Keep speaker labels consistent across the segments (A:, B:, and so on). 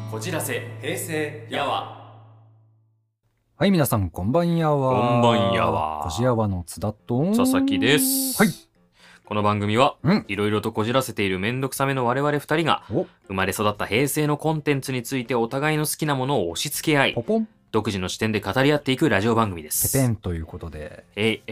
A: こじらせ
B: 平成
A: やわ。
B: はい、皆さんこんばんやわ。
A: こんばんやわ。
B: こじやわの津田と
A: 佐々木です。
B: はい。
A: この番組は、
B: うん、
A: いろいろとこじらせているめんどくさめの我々二人が、
B: お、
A: 生まれ育った平成のコンテンツについてお互いの好きなものを押し付け合い、
B: ポポン
A: 独自の視点で語り合っていくラジオ番組で
B: ペ
A: す。
B: ペンということで、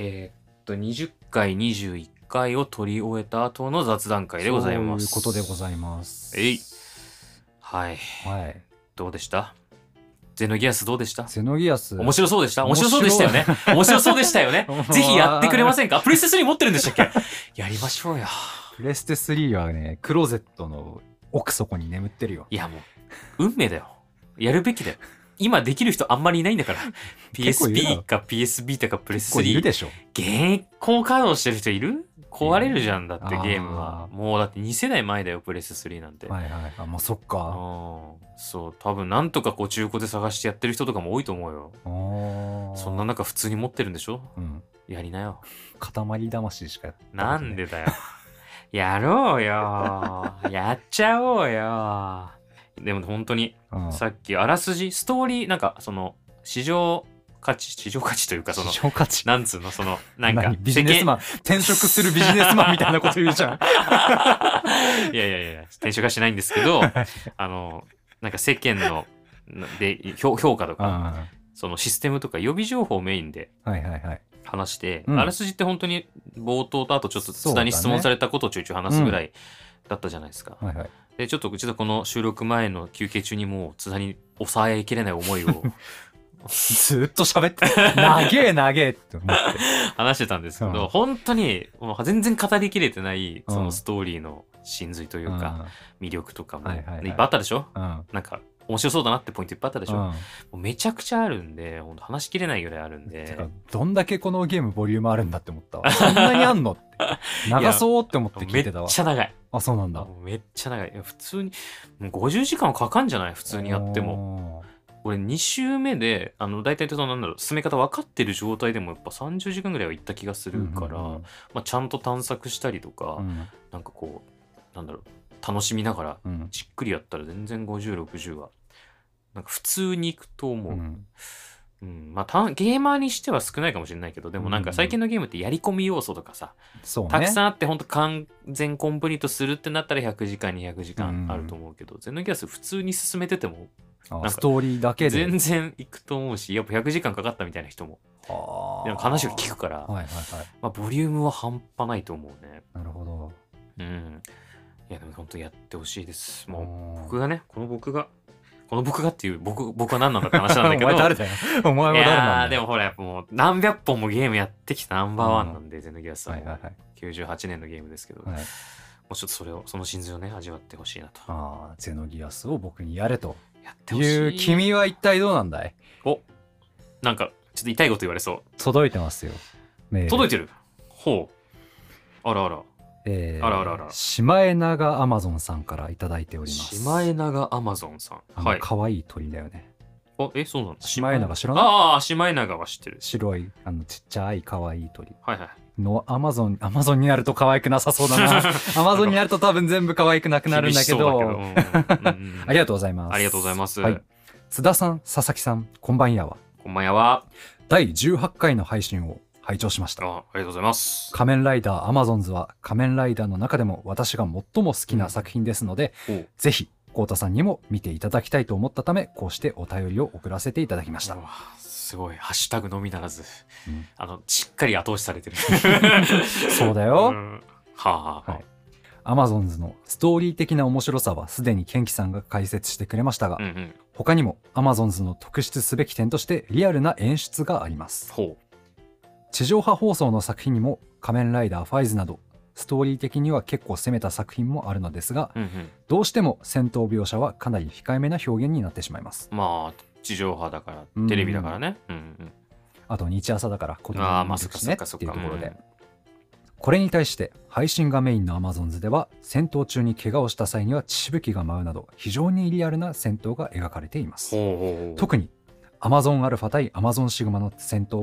A: 20回、21回を取り終えた後の雑談会でございます。
B: そういうことでございます。
A: はい。
B: はい。
A: どうでした？ゼノギアスどうでした？
B: ゼノギアス。
A: 面白そうでした？面白そうでしたよね。面白そうでしたよね。ぜひやってくれませんか？プレステ3持ってるんでしたっけ？やりましょうよ。
B: プレステ3はね、クローゼットの奥底に眠ってるよ。
A: いやもう、運命だよ。やるべきだよ。今できる人あんまりいないんだから。PSP か PS Vita かプレス
B: 結構いる
A: 3。
B: でしょ。
A: 現行稼働してる人いる？壊れるじゃんだって
B: あー
A: ゲームは。もうだって2世代前だよ、プレステ3なんて。
B: はいはい。あ、もうそっか。
A: そう、多分なんとかこう中古で探してやってる人とかも多いと思うよ。そんな中普通に持ってるんでしょ？
B: うん。
A: やりなよ。
B: 塊魂しかやったこと
A: な
B: ね
A: んでだよ。やろうよ。やっちゃおうよ。でも本当に、
B: うん、
A: さっきあらすじ、ストーリー、なんかその、市場価値というかその、
B: 市場価値。
A: なんつうの、その、なんか、
B: ビジネスマン、転職するビジネスマンみたいなこと言うじゃん。
A: いや、転職はしないんですけど、なんか世間の、評価とか、そのシステムとか予備情報をメインで話して、あらすじって本当に冒頭とあとちょっと津田に質問されたことをちょいちょい話すぐらいだったじゃないですか。で、ちょっとうちのこの収録前の休憩中にもう津田に抑えきれない思いを
B: ずっと喋って、長えって思って
A: 話してたんですけど、本当にもう全然語りきれてないそのストーリーの真髄というか、魅力とかもいっぱいあったでしょ？なんか面白そうだなってポイントいっぱいあったでしょ？もうめちゃくちゃあるんで、ほんと話しきれないぐらいあるんで。てか
B: どんだけこのゲームボリュームあるんだって思ったわ。そんなにあんのって。長そうって思って聞いてたわ。
A: めっちゃ長い。
B: あ、そうなんだ。
A: めっちゃ長い。普通に、もう50時間はかかんじゃない？普通にやっても。俺2週目で、大体なんだろう、進め方分かってる状態でもやっぱ30時間ぐらいは行った気がするから、まあ、ちゃんと探索したりとか、なんかこう、なんだろう、楽しみながら、じっくりやったら全然50、60は、なんか普通に行くと思う。まあ、ゲーマーにしては少ないかもしれないけど、でもなんか最近のゲームってやり込み要素とかさ、たくさんあってほんと完全コンプリートするってなったら100時間、200時間あると思うけど、ゼノギアス普通に進めてても、
B: ストーリーだけで
A: 全然行くと思うし、やっぱ100時間かかったみたいな人もでも話を聞くから、まあ、ボリュームは半端ないと思うね。
B: なるほど。
A: いやでも本当やってほしいです。もう僕がね、この僕がっていう僕は何なんだって話なんだけど
B: お前誰だよ。お前は誰なんだよ。
A: いやでもほらやっぱもう何百本もゲームやってきたナンバーワンなんで、ゼノギアスは98年のゲームですけど、もうちょっとその真髄をね味わってほしいなと。
B: ゼノギアスを僕にやれと
A: やってほしい。
B: いう君は一体どうなんだい？
A: なんかちょっと痛いこと言われそう。
B: 届いてますよ。
A: 届いてる。ほう。あらあら。
B: シマエナガアマゾンさんからいただいております。
A: シマエナガアマゾンさん。
B: 可愛い鳥だよね。
A: そうなんだ。
B: シマエナガ知らない？
A: ああ、シマエナガは知ってる。
B: 白い、ちっちゃい可愛い鳥。
A: はいはい。
B: のアマゾンになると可愛くなさそうだな。アマゾンになると多分全部可愛くなくなるんだけど。ありがとうございます。
A: ありがとうございます。
B: 津田さん、佐々木さん、こんばんやわ。
A: こんばんやわ。
B: 第18回の配信を拝聴しました。
A: ありがとうございます。
B: 仮面ライダーアマゾンズは仮面ライダーの中でも私が最も好きな作品ですので、ぜひコウタさんにも見ていただきたいと思ったため、こうしてお便りを送らせていただきました。
A: すごい、ハッシュタグのみならず、しっかり後押しされてる。
B: そうだよ。
A: ア
B: マゾンズのストーリー的な面白さはすでにケンキさんが解説してくれましたが、他にもアマゾンズの特筆すべき点としてリアルな演出があります。地上波放送の作品にも仮面ライダーファイズなどストーリー的には結構攻めた作品もあるのですが、どうしても戦闘描写はかなり控えめな表現になってしまいます。
A: まあ地上波だからテレビだからね。
B: あと日朝だから子供も見るしねっていうところで、これに対して配信がメインの Amazons では戦闘中に怪我をした際には血しぶきが舞うなど非常にリアルな戦闘が描かれています。特に Amazon アルファ対 Amazon シグマの戦闘は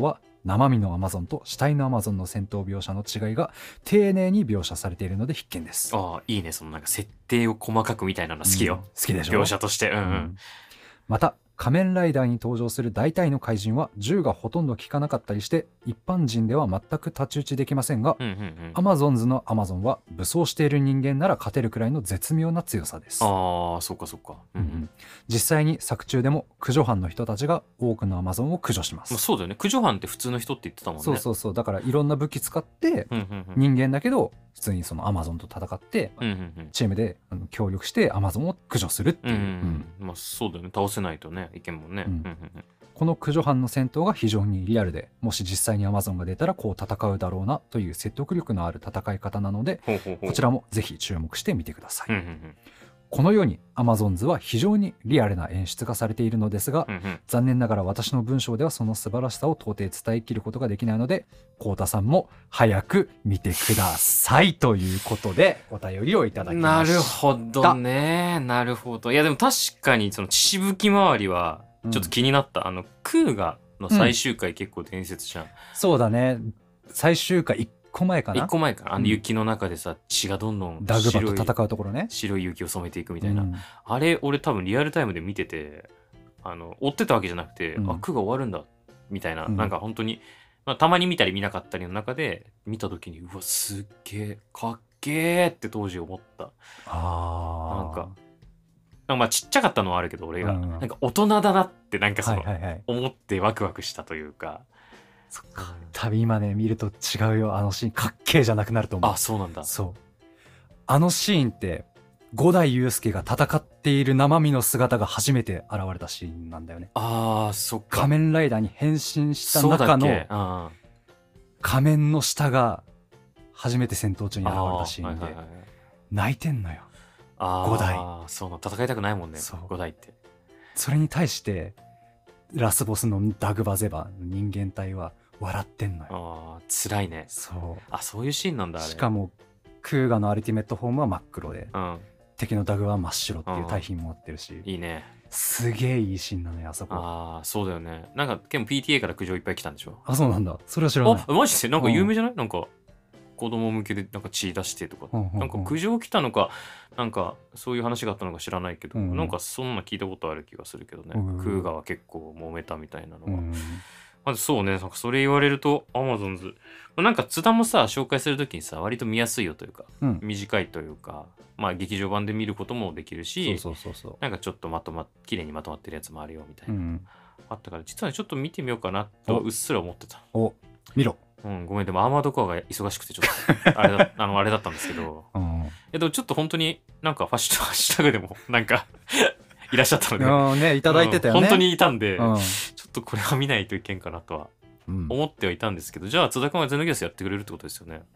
B: 生身のアマゾンと死体のアマゾンの戦闘描写の違いが丁寧に描写されているので必見です。
A: ああ、いいね。そのなんか設定を細かくみたいなの好きよ。
B: 好きでしょ。
A: 描写として。
B: また仮面ライダーに登場する大体の怪人は銃がほとんど効かなかったりして一般人では全く太刀打ちできませんが、アマゾンズのアマゾンは武装している人間なら勝てるくらいの絶妙な強さです。
A: ああ、そっかそっか。
B: 実際に作中でも駆除班の人たちが多くのアマゾンを駆除します。
A: そうだよね。駆除班って普通の人って言ってたもんね。
B: そうだからいろんな武器使って人間だけど普通にそのアマゾンと戦ってチームで協力してアマゾンを駆除するっていう。
A: まあそうだよね。倒せないとねいけんもんね。
B: この駆除班の戦闘が非常にリアルで、もし実際にアマゾンが出たらこう戦うだろうなという説得力のある戦い方なので、こちらもぜひ注目してみてください。このようにアマゾンズは非常にリアルな演出がされているのですが、残念ながら私の文章ではその素晴らしさを到底伝えきることができないので、コウタさんも早く見てくださいということでお便りをいただきました。
A: なるほどね。なるほど。いやでも確かにその血しぶき周りはちょっと気になった。クーガの最終回結構伝説じゃん。
B: そうだね。最終回1個前かな。
A: 1個前か。雪の中でさ、血がどんどん
B: ダグバと戦うところね。
A: 白い雪を染めていくみたいな。あれ、俺多分リアルタイムで見てて、追ってたわけじゃなくて、あ、クーが終わるんだ、みたいな。なんか本当に、まあ、たまに見たり見なかったりの中で、見た時に、うわ、すっげえ、かっけえって当時思った。なんかまあちっちゃかったのはあるけど、俺が。なんか大人だなってなんかその、思ってワクワクしたというか。
B: そっか。旅今ね、見ると違うよ。あのシーン、かっけえじゃなくなると思う。
A: あ、そうなんだ。
B: そう。あのシーンって、五代祐介が戦っている生身の姿が初めて現れたシーンなんだよね。
A: ああ、そっか。
B: 仮面ライダーに変身した中の仮面の下が初めて戦闘中に現れたシーンで、泣いてんのよ。5代。
A: そうな、戦いたくないもんね、5代って。
B: それに対してラスボスのダグバゼバ人間体は笑ってんのよ。
A: 辛いね。
B: そう。
A: そういうシーンなんだ。あれ
B: しかもクーガのアルティメットフォームは真っ黒で、敵のダグは真っ白っていう対比も持ってるし、
A: いいね。
B: すげえいいシーンなのよ、あそ
A: こ。そうだよね。なんか結構 PTA から苦情いっぱい来たんでしょ。
B: そうなんだ。それは知らない。
A: マジでなんか有名じゃない？なんか子供向けでなんか血出してとか、なんか苦情来たのか、なんかそういう話があったのか知らないけど、なんかそんな聞いたことある気がするけどね。クーガは結構揉めたみたいなのは。まずそうね、なんかそれ言われると、アマゾンズ、なんか津田もさ、紹介するときにさ、割と見やすいよというか、短いというか、まあ劇場版で見ることもできるし、なんかちょっと綺麗にまとまってるやつもあるよみたいな。あったから、実はちょっと見てみようかなとうっすら思ってた。
B: 見ろ。
A: ごめん、でもアーマードコアが忙しくてちょっと、あれだったんですけど、でもちょっと本当になんかハッシュタグでもなんかいらっしゃったので、
B: いただいてたよね。
A: 本当にいたんで、ちょっとこれは見ないといけんかなとは思ってはいたんですけど、じゃあ津田君はゼノギアスやってくれるってことですよね。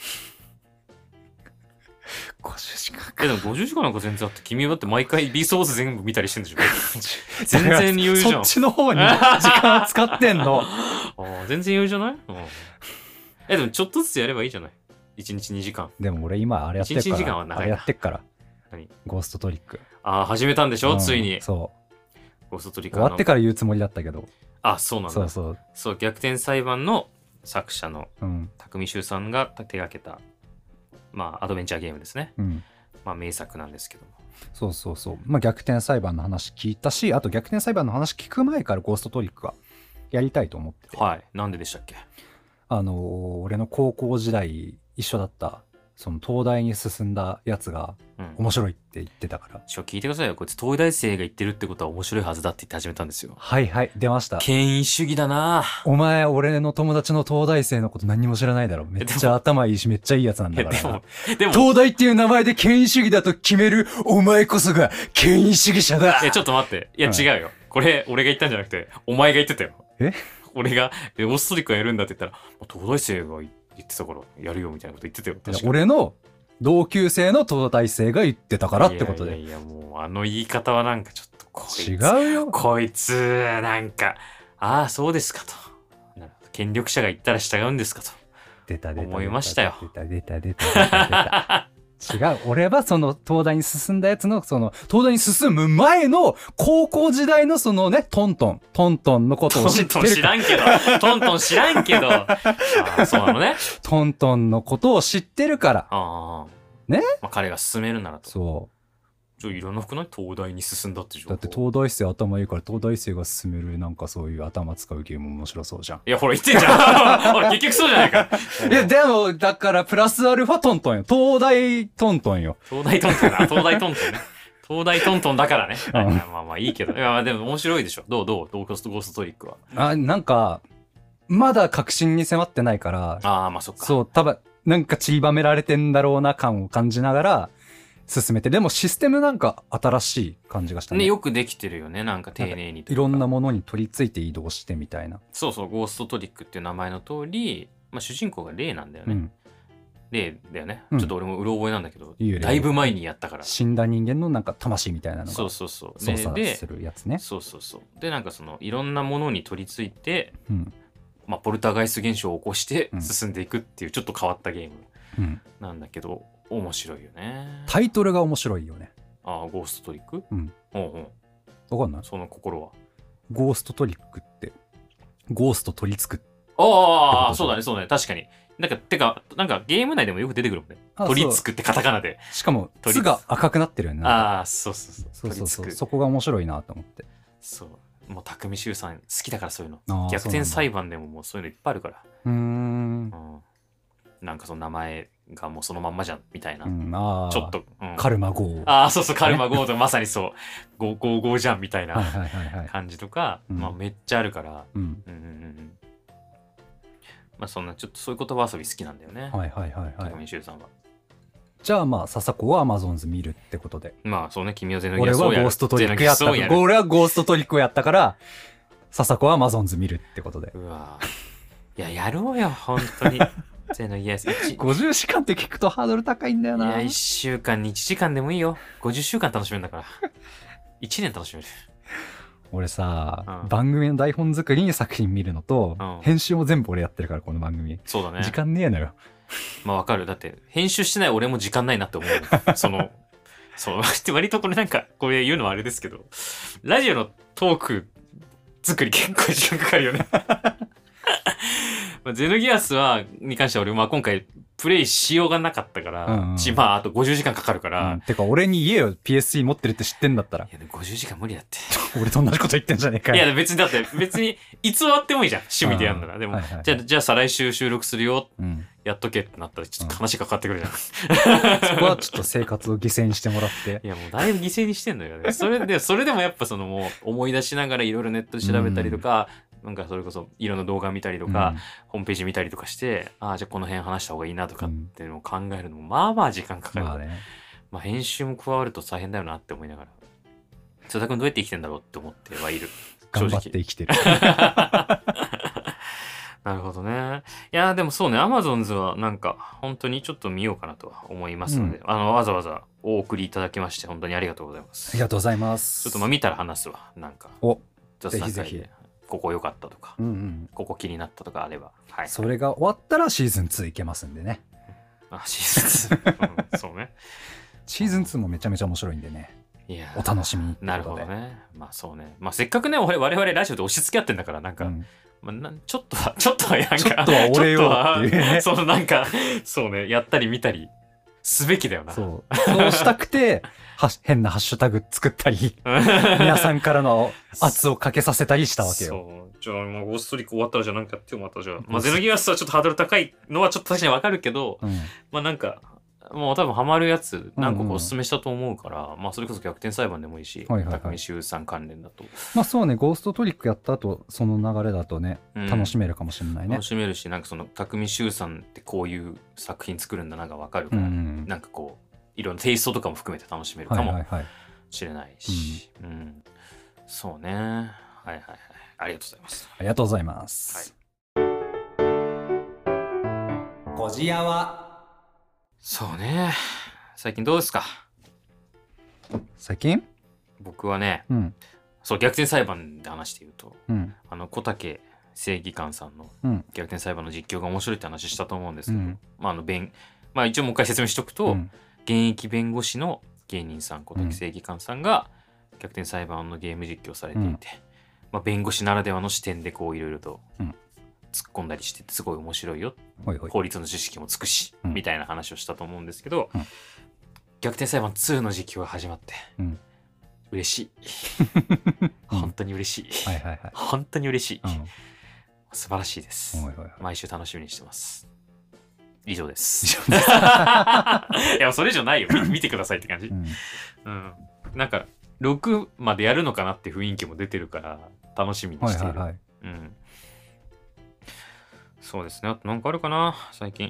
B: 50時間
A: か。でも50時間なんか全然あって、君だって毎回ビーストウォーズ全部見たりしてんでしょ。全然余裕じゃん。
B: そっちの方に時間使ってんの。
A: 全然余裕じゃない？でもちょっとずつやればいいじゃない。1日2時間。
B: でも俺今あれやってるから。
A: 1日2時間は長い。
B: あれやってっから。
A: 何？
B: ゴーストトリック。
A: 始めたんでしょ、ついに。
B: そう。
A: ゴーストトリック。
B: 終わってから言うつもりだったけど。
A: そうなんだ。そう、逆転裁判の作者の匠修さんが手がけた、まあアドベンチャーゲームですね。まあ名作なんですけど
B: も。そう。まあ逆転裁判の話聞いたし、あと逆転裁判の話聞く前からゴーストトリックはやりたいと思ってて。
A: はい。なんででしたっけ？
B: 俺の高校時代一緒だったその東大に進んだやつが面白いって言ってたから、
A: 聞いてくださいよ。こいつ東大生が言ってるってことは面白いはずだって言って始めたんですよ。
B: はい出ました。
A: 権威主義だな。
B: お前俺の友達の東大生のこと何も知らないだろ。めっちゃ頭いいしめっちゃいいやつなんだからな。でも東大っていう名前で権威主義だと決めるお前こそが権威主義者だ。
A: ちょっと待って。違うよ。これ俺が言ったんじゃなくてお前が言ってたよ。俺がオーストリックがやるんだって言ったら東大生が言ってたからやるよみたいなこと言ってたよ。確か
B: 俺の同級生の東大生が言ってたからってことで。
A: いやもう言い方はなんかちょっと
B: 違うよ。
A: こいつなんかそうですかと、権力者が言ったら従うんですかと思いましたよ。
B: 出た違う、俺はその東大に進んだやつのその東大に進む前の高校時代のそのねトントンのことを知ってる
A: トントン知らんけどトントン知らんけどあそうなのね。
B: トントンのことを知ってるからね、
A: まあ、彼が進めるならと。
B: そう
A: いらなくない？東大に進んだって情報。
B: だって東大生頭いいから東大生が進めるなんかそういう頭使うゲーム面白そうじゃん。
A: いやほら言ってんじゃんほら結局そうじゃないか
B: いやでもだからプラスアルファトントンよ、東大トントンよ。
A: 東大トントンな東大トントンね東大トントンだからね、まあまあいいけど、いやでも面白いでしょ。どうゴーストトリックは。
B: なんかまだ確信に迫ってないから、
A: まあそっか。
B: そう多分なんか散りばめられてんだろうな感を感じながら進めて、でもシステムなんか新しい感じがしたね。
A: よくできてるよね、なんか丁寧に。
B: いろんなものに取り付いて移動してみたいな。
A: そうゴーストトリックっていう名前の通り、まあ、主人公がレイなんだよね。レイだよね、ちょっと俺もうろ覚えなんだけど、だいぶ前にやったから。
B: 死んだ人間のなんか魂みたいなのが
A: 操作す
B: るやつね。
A: そうでなんかそのいろんなものに取り付いて、まあ、ポルターガイス現象を起こして進んでいくっていうちょっと変わったゲームなんだけど、面白いよね。
B: タイトルが面白いよね。
A: ゴーストトリック。
B: わかんない。
A: その心は。
B: ゴーストトリックってゴースト取り付く。
A: そうだね確かに。なんかゲーム内でもよく出てくるもんね。取り付くってカタカナで。
B: しかも「つ」が赤くなってるよね。
A: そう
B: そこが面白いなと思って。
A: そうもう匠修さん好きだからそういうの。逆転裁判でももうそういうのいっぱいあるから。なんかその名前がもうそのまんまじゃんみたいな、ちょっと、
B: カルマ号、
A: カルマ号とまさにそう555じゃんみたいな感じとか、まあめっちゃあるから、まあそんなちょっとそういう言葉遊び好きなんだよね。匠修さんは。
B: じゃあまあ笹子はアマゾンズ見るってことで。
A: まあそうね、君はゼノギアスをやる。
B: 俺はゴーストトリックやった。俺はゴーストトリックをやったから笹子はアマゾンズ見るってことで。
A: うわいややろうよ本当にゼノギアス
B: 50時間って聞くとハードル高いんだよな。
A: いや1週間に1時間でもいいよ。50週間楽しめるんだから1年楽しめる。
B: 俺さ、番組の台本作りに作品見るのと、編集も全部俺やってるからこの番組。
A: そうだね。
B: 時間ねえのよ。
A: まあわかる。だって編集してない俺も時間ないなって思う。割とこれなんかこれ言うのはあれですけど、ラジオのトーク作り結構時間かかるよね。ゼノギアスに関しては俺今回プレイしようがなかったから、まああと50時間かかるから、
B: てか俺に言えよ PS3 持ってるって知ってんだったら。い
A: やでも50時間無理だって
B: 俺と同じこと言ってんじゃねえかよ。
A: いや別にいつ終わってもいいじゃん趣味でやるなら。でも、じゃあ再来週収録するよ、やっとけってなったらちょっと話がかかってくるじゃん、
B: そこはちょっと生活を犠牲にしてもらって。
A: いやもうだいぶ犠牲にしてんのよね。それでもやっぱそのもう思い出しながらいろいろネットで調べたりとか、なんかそれこそいろんな動画見たりとか、ホームページ見たりとかして、じゃあこの辺話した方がいいなとかっていうのを考えるのもまあ時間かかる。まあ編集も加わると大変だよなって思いながら、津田君どうやって生きてんだろうって思ってはいる。
B: 頑張って生きてる。
A: なるほどね。いやでもそうね、アマゾンズはなんか本当にちょっと見ようかなとは思いますので、わざわざお送りいただきまして本当にありがとうございます。
B: ありがとうございます。
A: ちょっと見たら話すわ。なんか
B: ぜひぜひ
A: ここ良かったとか、ここ気になったとかあれば、
B: それが終わったらシーズン2いけますんでね。
A: シーズン2、そうね。
B: シーズン2もめちゃめちゃ面白いんでね。いやお楽しみに。
A: なるほどね。まあそうね。まあせっかくね我々ラジオで押し付け合ってんだからなんか、ちょっとはなんかちょっとは
B: 俺よっていうね。
A: そのなんかそうね、やったり見たりすべきだよな。
B: そうしたくて変なハッシュタグ作ったり皆さんからの圧をかけさせたりしたわけよ。
A: そうじゃあゴーストリック終わったらじゃあなんかやってよまたじゃあ。ゼノギアスはちょっとハードル高いのはちょっと確かにわかるけど、まあなんかもう多分ハマるやつ何個かおすすめしたと思うから、まあそれこそ逆転裁判でもいいし、匠修さん関連だと。
B: まあそうね、ゴーストトリックやった後その流れだとね、楽しめるかもしれないね。
A: 楽しめるし、なんかその匠修さんってこういう作品作るんだながわかるから、なんかこういろんなテイストとかも含めて楽しめるかもしれないし、そうね、はいはいはい、ありがとうございます。
B: ありがとうございます。こじやは。
A: そうね、最近どうですか？
B: 最近？
A: 僕はね、そう逆転裁判で話して言うと、小竹正義官さんの逆転裁判の実況が面白いって話したと思うんですけど、まあ一応もう一回説明しとくと、 現役弁護士の芸人さん小滝正義感さんが逆転裁判のゲーム実況されていて、まあ、弁護士ならではの視点でこういろいろと突っ込んだりしててすごい面白いよ、法律の知識もつくし、みたいな話をしたと思うんですけど、逆転裁判2の実況が始まって、嬉しい本当に嬉しい、本当に嬉しい、素晴らしいです、毎週楽しみにしてます。以上です。いやそれ以上ないよ見てくださいって感じ、なんか6までやるのかなって雰囲気も出てるから楽しみにしている。そうですね。あとなんかあるかな最近。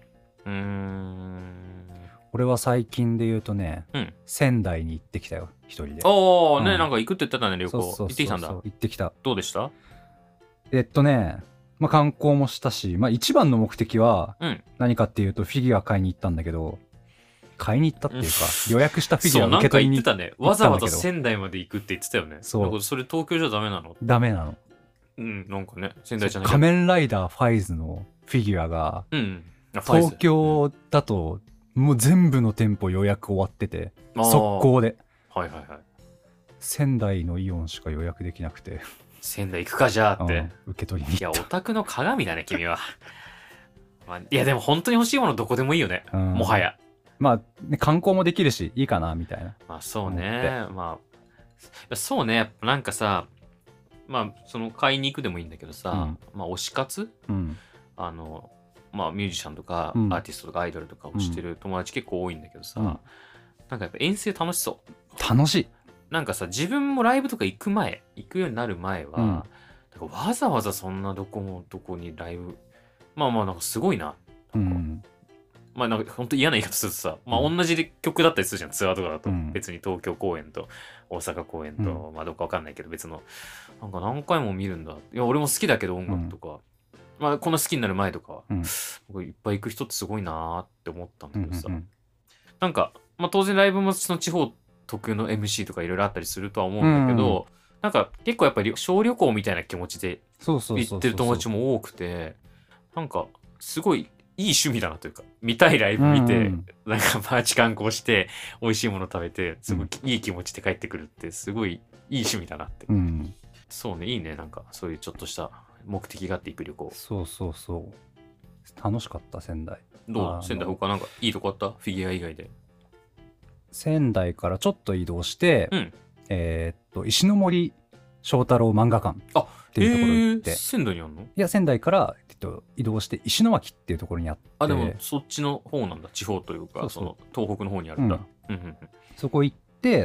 B: 俺は最近で言うとね、仙台に行ってきたよ一人で。
A: ああね、なんか行くって言ってたね旅行。行ってきたんだ。
B: 行ってきた。
A: どうでした？
B: まあ、観光もしたし、まあ、一番の目的は何かっていうとフィギュア買いに行ったんだけど、買いに行ったっていうか予約したフィギュアを受け取りに行ったんだけど。
A: わざわざ仙台まで行くって言ってたよね。
B: そう。
A: それ東京じゃダメなの？
B: ダメなの。
A: なんかね、仙台じゃない。
B: 仮面ライダーファイズのフィギュアが、東京だともう全部の店舗予約終わってて、速攻で。仙台のイオンしか予約できなくて。
A: 仙台行くかじゃあって、
B: 受け取りに行った。
A: いやオタクの鏡だね君は。いやでも本当に欲しいものどこでもいいよね、もはや。
B: まあ、ね、観光もできるしいいかなみたいな。
A: まあそうね、まあそうね、やっぱなんかさ、まあその買いに行くでもいいんだけどさ、まあ推し活、まあミュージシャンとかアーティストとかアイドルとかをしてる友達結構多いんだけどさ、なんかやっぱ遠征楽しそう。
B: 楽しい。
A: なんかさ、自分もライブとか行くようになる前は、なんかわざわざそんなどこにライブ、まあなんかすごいな。まあなんか本当嫌な言い方するとさ、まあ同じ曲だったりするじゃん、ツアーとかだと。別に東京公演と大阪公演と、まあどっかわかんないけど別の、なんか何回も見るんだ。いや、俺も好きだけど音楽とか、まあこんな好きになる前とか、僕いっぱい行く人ってすごいなーって思ったんだけどさ、なんか、まあ当然ライブもその地方特有の MC とかいろいろあったりするとは思うんだけど、なんか結構やっぱり小旅行みたいな気持ちで行ってる友達も多くて、なんかすごいいい趣味だなというか、見たいライブ見て、なんか街観光して美味しいもの食べてすごいいい気持ちで帰ってくるってすごいいい趣味だなって、そうね、いいね、なんかそういうちょっとした目的があって行く旅行。
B: そう楽しかった。仙台
A: どう？仙台他なんかいいとこあった？フィギュア以外で。
B: 仙台からちょっと移動して、石ノ森章太郎漫画館っていうところに行って。
A: 仙台にあんの？
B: いや、仙台から、移動して石巻っていうところにあって。
A: あ、でもそっちの方なんだ。地方というか、その東北の方にあるんだ。
B: そこ行って、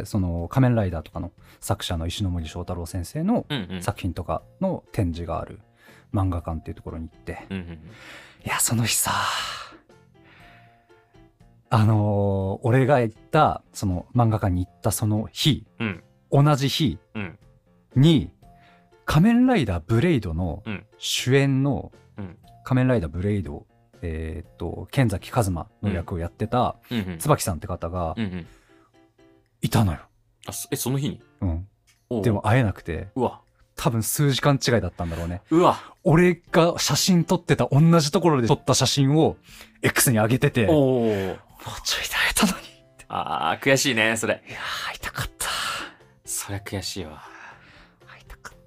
B: その仮面ライダーとかの作者の石ノ森章太郎先生の作品とかの展示がある漫画館っていうところに行って、いや、その日さ、俺が行ったその漫画館に行ったその日、同じ日に仮面ライダーブレイドの主演の仮面ライダーブレイド、剣崎一馬の役をやってた椿さんって方がいたのよ。
A: その日に？
B: でも会えなくて、多分数時間違いだったんだろうね。俺が写真撮ってた同じところで撮った写真を X に上げてて、もうちょいで会えたのにって。
A: あー悔しいねそれ。
B: いやー会いたかった。
A: そりゃ悔しいわ。
B: 会いたかった。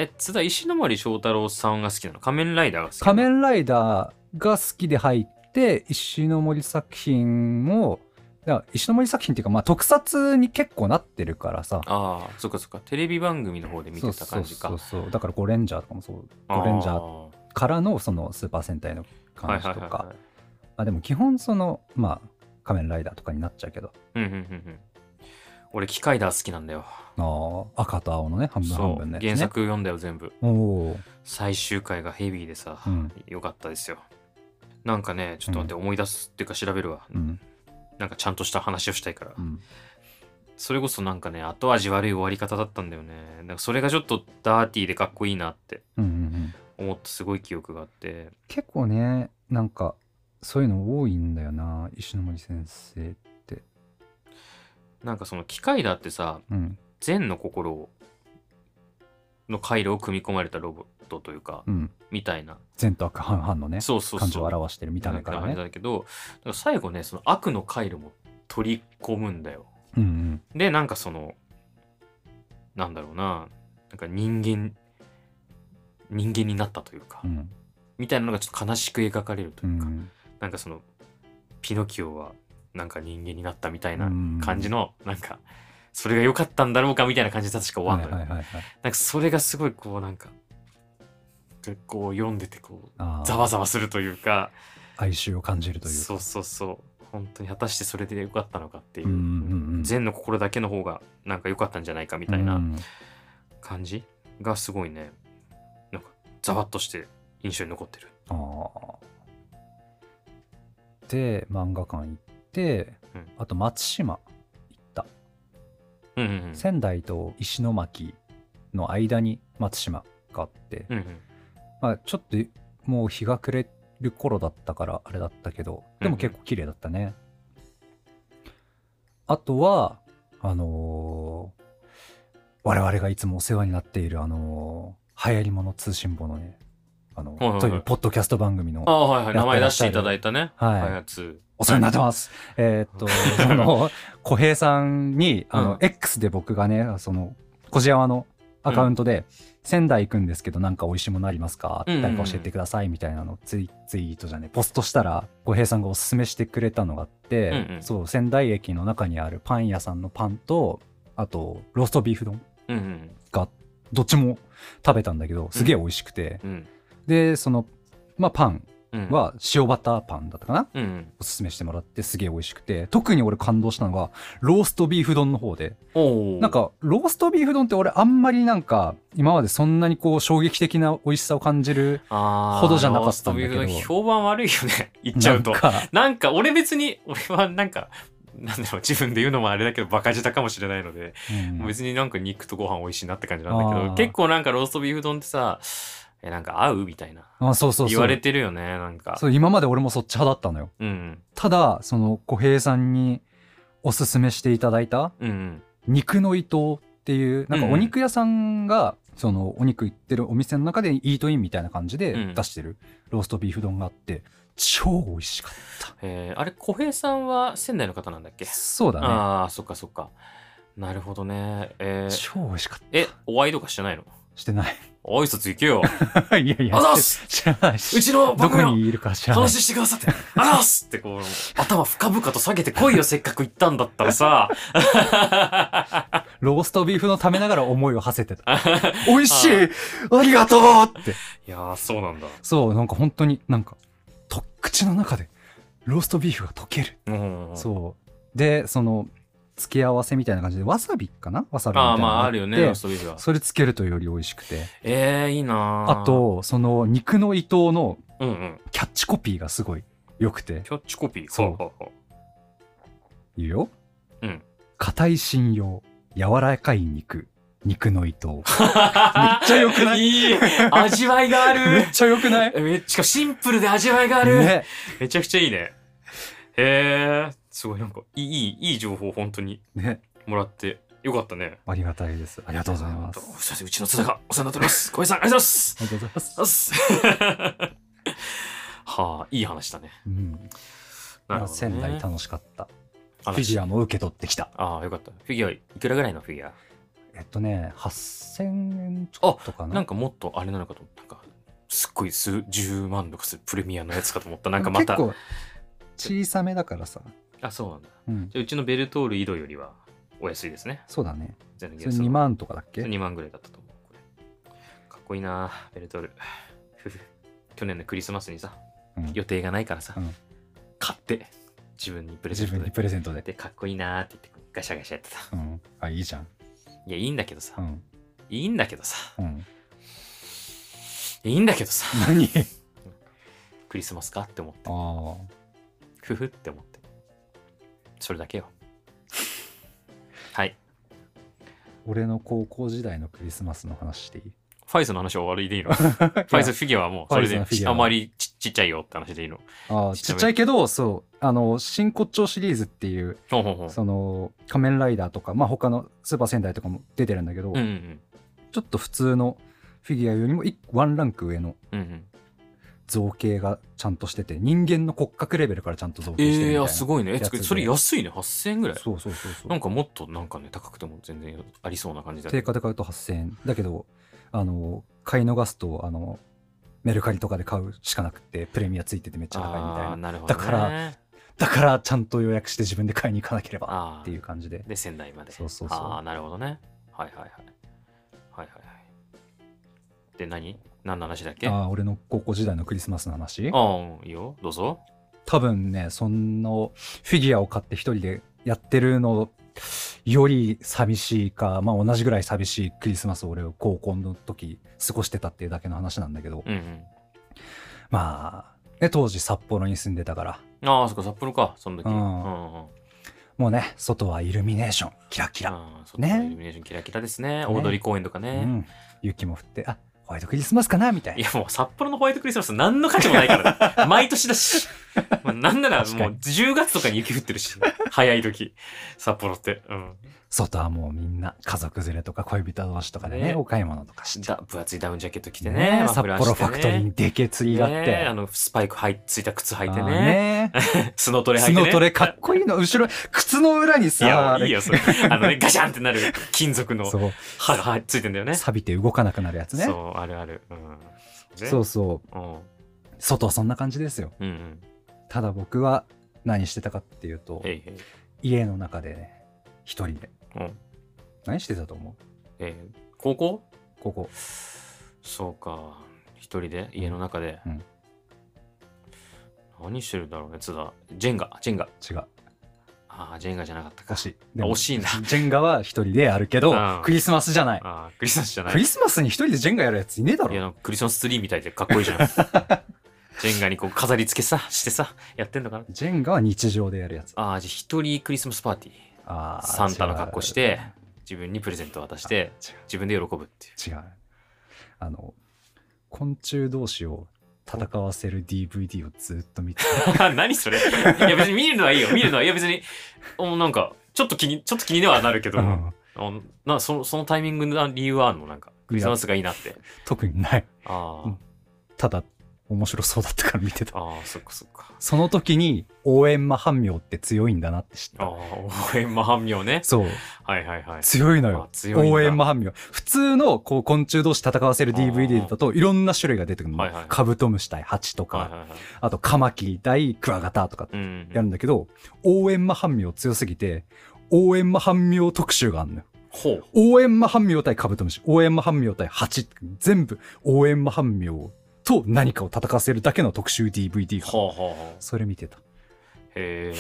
A: 津田石森章太郎さんが好きなの？仮面ライダーが好きなの？
B: 仮面ライダーが好きで入って石森作品を、石森作品っていうか、まあ特撮に結構なってるからさ。
A: ああ、そっかそっか。テレビ番組の方で見てた感じか。
B: そうだからゴレンジャーとかもそう。ゴレンジャーからのそのスーパー戦隊の感じとか。でも基本そのまあ仮面ライダーとかになっちゃうけど。
A: 俺機械ダー好きなんだよ。
B: 赤と青のね、半分半分ね。
A: 原作読んだよ全部。最終回がヘビーでさ、よかったですよ。なんかね、ちょっと待って、思い出すっていうか調べるわ。なんかちゃんとした話をしたいから。それこそなんかね、後味悪い終わり方だったんだよね。なんかそれがちょっとダーティーでかっこいいなって思ったすごい記憶があって。
B: 結構ね、なんかそういうの多いんだよな、石森先生って。
A: なんかその機械だってさ、善の心の回路を組み込まれたロボットというか、
B: うん、
A: みたいな
B: 善と悪半々のね、
A: そうそうそう
B: 感情を表してる見た目からね。
A: だけど最後ねその悪の回路も取り込むんだよ。
B: うんうん、
A: でなんかそのなんだろうな、なんか人間になったというか、
B: うん、
A: みたいなのがちょっと悲しく描かれるというか、
B: うん、なん
A: かそのピノキオはなんか人間になったみたいな感じの、なんかそれが良かったんだろうかみたいな感じで確か終わんのよ。なんかそれがすごいこうなんかこう読んでてこうざわざわするというか、
B: 哀愁を感じるというか、
A: そうそうそう、本当に果たしてそれで良かったのかっていう、善の心だけの方がなんか良かったんじゃないかみたいな感じがすごいね、なんかざわっとして印象に残ってる。
B: で漫画館行って、あと松島行った、仙台と石巻の間に松島があって、まあ、ちょっともう日が暮れる頃だったからあれだったけど、でも結構綺麗だったね。あとは我々がいつもお世話になっている流行り物通信簿のねというポッドキャスト番組の
A: 名前出していただいたね、
B: はい、お世話になってます。その小平さんにX で僕がねその小路山のアカウントで、仙台行くんですけどなんか美味しいものありますか、誰か教えてくださいみたいなのツイートじゃねポストしたら小平さんがおすすめしてくれたのがあって、そう仙台駅の中にあるパン屋さんのパンとあとローストビーフ丼がどっちも食べたんだけどすげえ美味しくて、でそのまあパンは塩バターパンだったかな、おすすめしてもらってすげえ美味しくて、特に俺感動したのがローストビーフ丼の方で、なんかローストビーフ丼って俺あんまりなんか今までそんなにこう衝撃的な美味しさを感じるほどじゃなかったんだけど、ローストビーフ丼
A: 評判悪いよね言っちゃうと。なんか俺はなんかなんだろう、自分で言うのもあれだけどバカ舌かもしれないので、別になんか肉とご飯美味しいなって感じなんだけど、結構なんかローストビーフ丼ってさなんか合うみたいな言われてるよね。なんか
B: そう今まで俺もそっち派だったのよ、ただその小平さんにおすすめしていただいた、肉の伊藤っていうなんかお肉屋さんがそのお肉売ってるお店の中でイートインみたいな感じで出してるローストビーフ丼があって超美味しかった。
A: あれ小平さんは仙台の方なんだっけ？
B: そうだね。
A: ああそっかそっか、なるほどね。
B: 超美味しかった。
A: お会いとかしてないの？
B: してない。
A: 挨拶行けよ。
B: いやいや、知らないし。
A: うちの
B: どこにいるか知らない。
A: 話してくださって、あざっすってこう、頭深々と下げて来いよ、せっかく行ったんだったらさ。
B: ローストビーフのためながら思いを馳せてた。美味しい、ありがとうって。
A: いやー、そうなんだ。
B: そう、なんか本当になんか、口の中でローストビーフが溶ける。そう。で、その、付け合わせみたいな感じでわさびかな、わさびみたいなのがあって、
A: あるよね、ローストビーフは。
B: それつけるとより美味しくて、
A: いいな。
B: あとその肉の伊藤のキャッチコピーがすごい良くて、
A: キャッチコピー、
B: そう言うよ、硬い信用、柔らかい肉の伊藤。めっちゃ良くない？
A: いい味わいがある。
B: めっちゃ良くない？
A: しかもシンプルで味わいがある、
B: ね、
A: めちゃくちゃいいね。すごいなんかいい情報本当にもらってよかったね。
B: ありがたいです。ありがとうございます。
A: すいません、うちの津田がお世話になっております。小江さんありがとうございます。
B: ありがとうございます。
A: はあ、いい話だね。
B: なるほどね。仙台楽しかった。フィギュアも受け取ってきた。
A: ああ、よかった。フィギュアいくらぐらいのフィギュア
B: ？8000円ちょっとかな。
A: なんかもっとあれなのかと思った。なんかすっごい10万とかするプレミアのやつかと思った。なんかまた
B: 結構小さめだからさ。
A: あ、そうなんだ。じゃあうちのベルトール井戸よりはお安いですね。
B: そうだね。
A: それ
B: 2万とかだっけ？
A: 2 万ぐらいだったと思う。これかっこいいなベルトール。去年のクリスマスにさ、予定がないからさ、買って自分にプレゼントでかっこいいなって言ってガシャガシャやってた。
B: あ、いいじゃん。
A: いや、いいんだけどさ、いいんだけどさ、
B: 何？
A: クリスマスかって思って、ふふって思って、それだけよ。はい。
B: 俺の高校時代のクリスマスの話していい？
A: ファイズの話は終わりでいいの？ファイズフィギュアはもうそれであまりちっちゃいよって話でいいの？
B: ちっちゃいけど、そう真骨頂シリーズっていうその仮面ライダーとか、まあ他のスーパー戦隊とかも出てるんだけど、 ちょっと普通のフィギュアよりもワンランク上の
A: うんうん。
B: 造形がちゃんとしてて、人間の骨格レベルからちゃんと造形してるみたいな。
A: すごいね。
B: やつで
A: それ安いね。8000円ぐらい。
B: そうそうそうそう。
A: なんかもっとなんかね、高くても全然ありそうな感じだけど。
B: 定価で買うと8000円。だけど、買い逃すと、メルカリとかで買うしかなくて、プレミアついててめっちゃ高いみたいな。
A: なるほどね。
B: だからちゃんと予約して自分で買いに行かなければっていう感じで。
A: で、仙台まで。
B: そうそうそう。
A: ああ、なるほどね。はいはいはい。はいはいはい。で、何の話だっけ？
B: 俺の高校時代のクリスマスの話？
A: いいよ、どうぞ。
B: 多分ね、そのフィギュアを買って一人でやってるのより寂しいか、まあ同じぐらい寂しいクリスマスを俺を高校の時過ごしてたっていうだけの話なんだけど、
A: うんうん、
B: まあ、当時札幌に住んでたから。
A: ああ、そっか、札幌か、その時。
B: もうね、外はイルミネーション、キラキラ。
A: 外はイルミネーションキラキラですね。大通公園とかね。
B: 雪も降って、ホワイトクリスマスかなみたいな。
A: いやもう札幌のホワイトクリスマス何の価値もないからね。毎年だし。まあ、なんならもう10月とかに雪降ってるし。早い時。札幌って。
B: 外はもうみんな家族連れとか恋人同士とかでね、お買い物とかして。
A: 分厚いダウンジャケット着てね。
B: 札幌ファクトリーにでけツリーがあって。
A: スパイクついた靴履いてね。スノトレ履いてね。
B: スノトレかっこいいの。後ろ、靴の裏にさ、
A: いいよ、それ。ガシャンってなる金属の刃がついてんだよね。
B: 錆びて動かなくなるやつね。
A: そう、あるある。
B: そうそう。外はそんな感じですよ。ただ僕は何してたかっていうと、家の中でね、一人で。何してたと思う？
A: 高校？
B: 高校。
A: そうか。一人で家の中で。何してるんだろうね、津田。ジェンガ。
B: 違う。
A: ジェンガじゃなかったか。
B: 惜
A: しいな。
B: ジェンガは一人でやるけど、クリスマスじゃない。
A: クリスマスじゃない。
B: クリスマスに一人でジェンガやるやついねえだろ。
A: いや、クリスマスツリーみたいでかっこいいじゃん。ジェンガにこう飾り付けしてさ、やってんのかな。
B: ジェンガは日常でやるやつ。
A: じゃあ一人クリスマスパーティー。サンタの格好して自分にプレゼントを渡して自分で喜ぶっていう。
B: 違う。昆虫同士を戦わせる DVD をずっと見て
A: た。何それ？いや別に見るのはいいよ。見るのはいや別になんかちょっと気にではなるけど、そのタイミングの理由はあるの？なんかクリスマスがいいなって。
B: 特にない。ただ面白そうだったから見てた。
A: そっかそっか。
B: その時に応援魔半妙って強いんだなって知った。
A: 応援魔半妙ね。
B: そう。
A: はいはいはい。
B: 強いのよ。応援魔半妙。普通の昆虫同士戦わせる DVD だといろんな種類が出てくるの。カブトムシ対ハチとか、あとカマキリ対クワガタとかやるんだけど、応援魔半妙強すぎて、応援魔半妙特集があるのよ。応援魔半妙対カブトムシ、応援魔半妙対ハチ、全部応援魔半妙と何かを戦わせるだけの特集 DVD が、それ見てた。って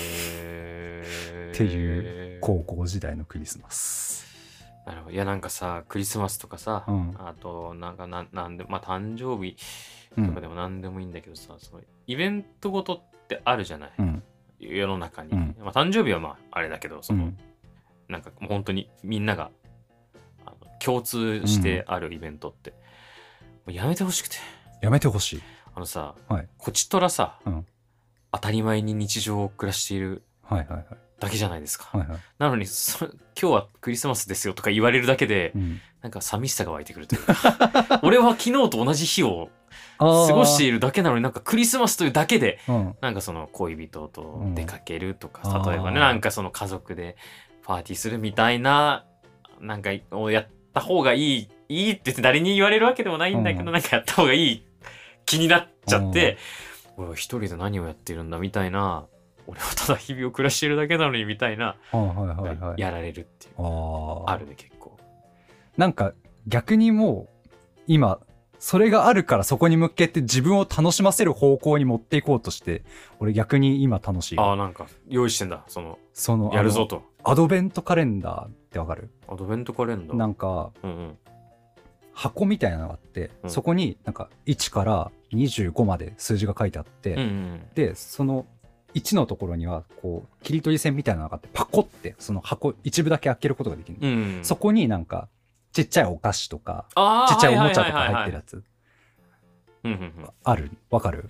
B: いう高校時代のクリスマス。
A: なるほど。いやなんかさ、クリスマスとかさ、あとなんかなんで誕生日とかでもなんでもいいんだけどさ、そのイベントごとってあるじゃない、世の中に。誕生日はあれだけど、なんかもう本当にみんなが共通してあるイベントって、もうやめてほしくて。
B: やめてほしい。
A: こちとらさ、当たり前に日常を暮らしているだけじゃないですか。なのに今日はクリスマスですよとか言われるだけで、なんか寂しさが湧いてくるというか俺は昨日と同じ日を過ごしているだけなのに、なんかクリスマスというだけで、なんかその恋人と出かけるとか、例えばね、なんかその家族でパーティーするみたいな、なんかをやった方がいいって誰に言われるわけでもないんだけど、なんかやった方がいい気になっちゃって、俺は一人で何をやってるんだみたいな、俺はただ日々を暮らしてるだけなのにみたいな、やられるっていう、あるね結構。
B: なんか逆にもう今それがあるからそこに向けて自分を楽しませる方向に持っていこうとして、俺逆に今楽しい。
A: なんか用意してんだ、そのやるぞと。
B: アドベントカレンダーってわかる？
A: アドベントカレンダー
B: なんか、箱みたいなのがあって、そこになんか1から25まで数字が書いてあって、でその1のところにはこう切り取り線みたいなのがあって、パコってその箱一部だけ開けることができる、そこになんかちっちゃいお菓子とかちっちゃいおもちゃとか入ってるやつある？わかる？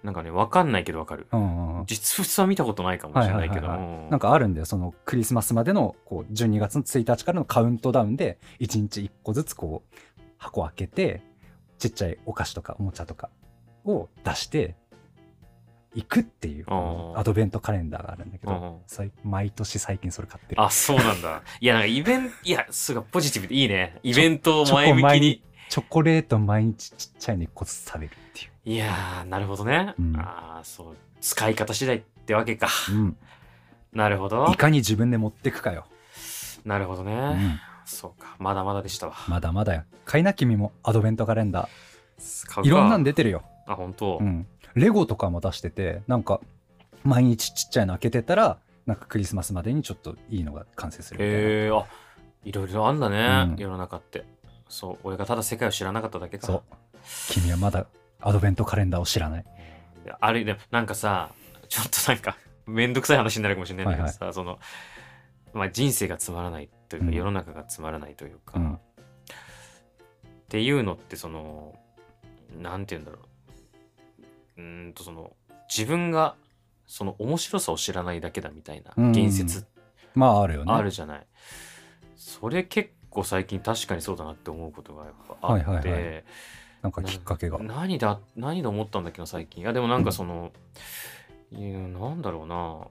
A: なんかね、わかんないけどわかる。実物は見たことないかもしれないけど、
B: なんかあるんだよ、そのクリスマスまでのこう12月の1日からのカウントダウンで1日1個ずつこう箱開けてちっちゃいお菓子とかおもちゃとかを出していくっていうアドベントカレンダーがあるんだけど、毎年最近それ買ってる。
A: あ、そうなんだ。いや、なんかいや、すごいポジティブでいいね。イベントを前向きに。
B: チョコレート毎日ちっちゃいの1個ずつ食べるっていう。
A: いやー、なるほどね。ああ、そう。使い方次第ってわけか。なるほど。
B: いかに自分で持ってくかよ。
A: なるほどね。そうか。まだまだでしたわ。
B: まだまだよ。買いな君もアドベントカレンダー。いろんなん出てるよ。
A: あ、本当。
B: レゴとかも出してて、なんか毎日ちっちゃいの開けてたら、なんかクリスマスまでにちょっといいのが完成するみたいな。
A: あ、いろいろあんだね、世の中って。そう、俺がただ世界を知らなかっただけか。そう。
B: 君はまだアドベントカレンダーを知らない。
A: あれでもなんかさ、ちょっとなんかめんどくさい話になるかもしれないんだけどさ、その、まあ、人生がつまらないというか、世の中がつまらないというか、っていうのってその、なんて言うんだろう。その自分がその面白さを知らないだけだみたいな言説、
B: まああるよね。
A: あるじゃない。それ結構最近確かにそうだなって思うことがやっぱあって、
B: なんかきっかけが。
A: 何で思ったんだっけな最近。いやでもなんかその、なんだろうな。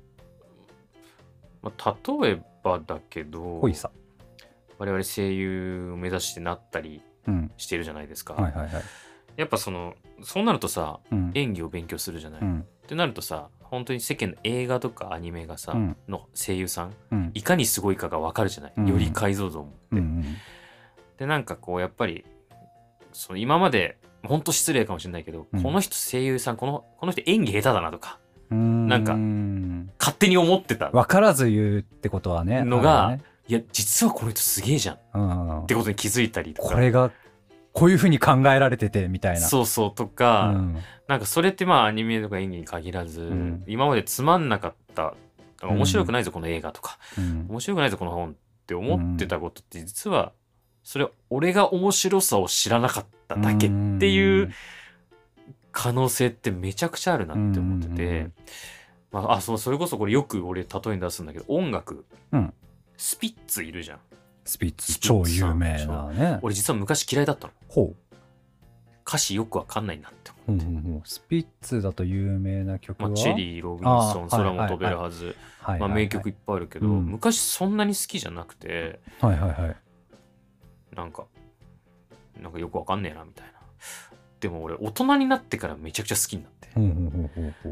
A: まあ、例えばだけど、我々声優を目指してなったりしてるじゃないですか。やっぱそうなるとさ、演技を勉強するじゃない、ってなるとさ、本当に世間の映画とかアニメがさ、の声優さん、いかにすごいかが分かるじゃない、より解像度を持って、でなんかこうやっぱりその今まで本当失礼かもしれないけど、この人声優さんこの人演技下手だなとか、なんか勝手に思ってた
B: 分からず言うってことはね
A: のが、いや実はこの人すげえじゃん、ってことに気づいたりとか、
B: これがこういうふうに考えられててみたいな。
A: そうそうとか、なんかそれってまあアニメとか演技に限らず、今までつまんなかった、面白くないぞこの映画とか、面白くないぞこの本って思ってたことって実はそれ俺が面白さを知らなかっただけっていう可能性ってめちゃくちゃあるなって思ってて、まあ、それこそこれよく俺例えに出すんだけど、音楽、スピッツいるじゃん。
B: スピッツ超有名なね。
A: 俺実は昔嫌いだったの。歌詞よくわかんないなって思って。
B: スピッツだと有名な曲は、
A: チェリー・ロビンソン、空も飛べるはず、名曲いっぱいあるけど、昔そんなに好きじゃなくて、なんかよくわかんねえなみたいな。でも俺大人になってからめちゃくちゃ好きになって、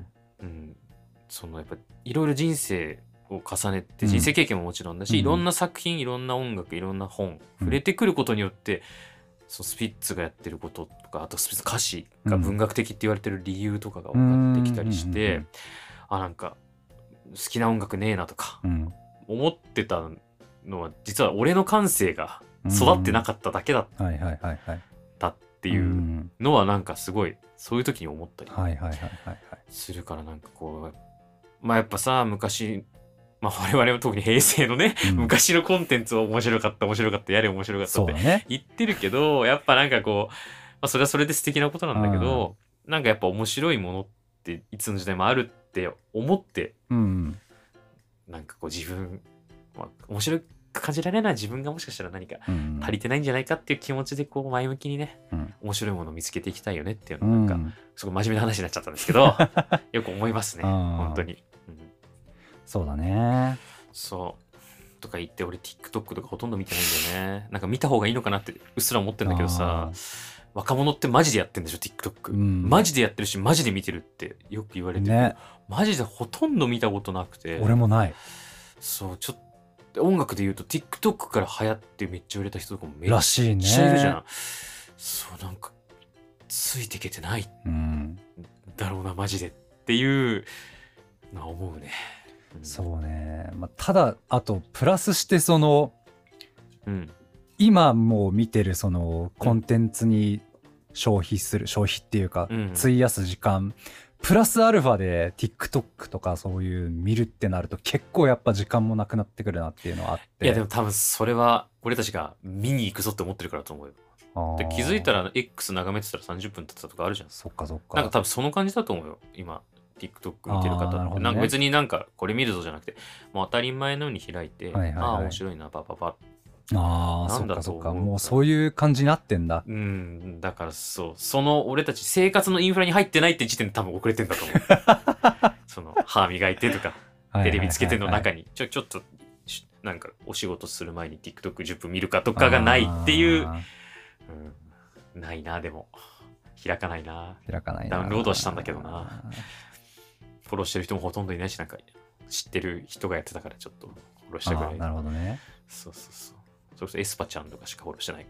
A: そのやっぱいろいろ人生を重ねて、人生経験ももちろんだし、いろんな作品、いろんな音楽、いろんな本触れてくることによって、そうスピッツがやってることとか、あとスピッツ歌詞が文学的って言われてる理由とかが分かってきたりして、なんか好きな音楽ねえなとか思ってたのは、実は俺の感性が育ってなかっただけだったっていうのは、なんかすごいそういう時に思ったりするから、なんかこうまあやっぱさ、昔、まあ我々は特に平成のね、昔のコンテンツを面白かったやれ面白かったって言ってるけど、やっぱなんかこう、まあそれはそれで素敵なことなんだけど、なんかやっぱ面白いものっていつの時代もあるって思って、なんかこう自分、まあ、面白く感じられない自分がもしかしたら何か足りてないんじゃないかっていう気持ちでこう前向きにね、面白いものを見つけていきたいよねっていうのなんか、すごい真面目な話になっちゃったんですけど、よく思いますね、本当に。
B: そうだね。
A: そうとか言って、俺 TikTok とかほとんど見てないんだよね。なんか見た方がいいのかなってうっすら思ってんだけどさ、若者ってマジでやってんでしょ TikTok、マジでやってるしマジで見てるってよく言われてる、ね、マジでほとんど見たことなくて。
B: 俺もない。
A: そう、ちょっと音楽で言うと TikTok から流行ってめっちゃ売れた人とかもめっ
B: らしいね。
A: ちゃいるじゃん。そうなんかついていけてない、だろうなマジでっていうのは思うね。
B: そうね、まあ、ただあとプラスしてその、今もう見てるそのコンテンツに消費っていうか、費やす時間プラスアルファで TikTok とかそういう見るってなると結構やっぱ時間もなくなってくるなっていうのはあって。
A: いやでも多分それは俺たちが見に行くぞって思ってるからと思うよ。 で気づいたら X 眺めてたら30分経ってたとかあるじゃん。
B: そっかそっか。
A: なんか多分その感じだと思うよ今 TikTok 見てる方って、
B: ね、
A: なんか別になんかこれ見るぞじゃなくてもう当たり前のように開いて、
B: はいはいはい、
A: ああ面白いなパパパ
B: ああ、そっかそっか。もうそういう感じになってんだ。
A: うん、だからその俺たち生活のインフラに入ってないって時点で多分遅れてんだと思う。その歯磨いてとかテレビつけての中にちょっとなんかお仕事する前に TikTok10 分見るかとかがないっていう、うん、ないな。でも開かないな。ダウンロードはしたんだけどな。フォローしてる人もほとんどいないし、なんか知ってる人がやってたからちょっとフォローしたぐらい。
B: なるほどね。
A: そうそうそう。それこそエスパちゃんとかしかフォローしてない。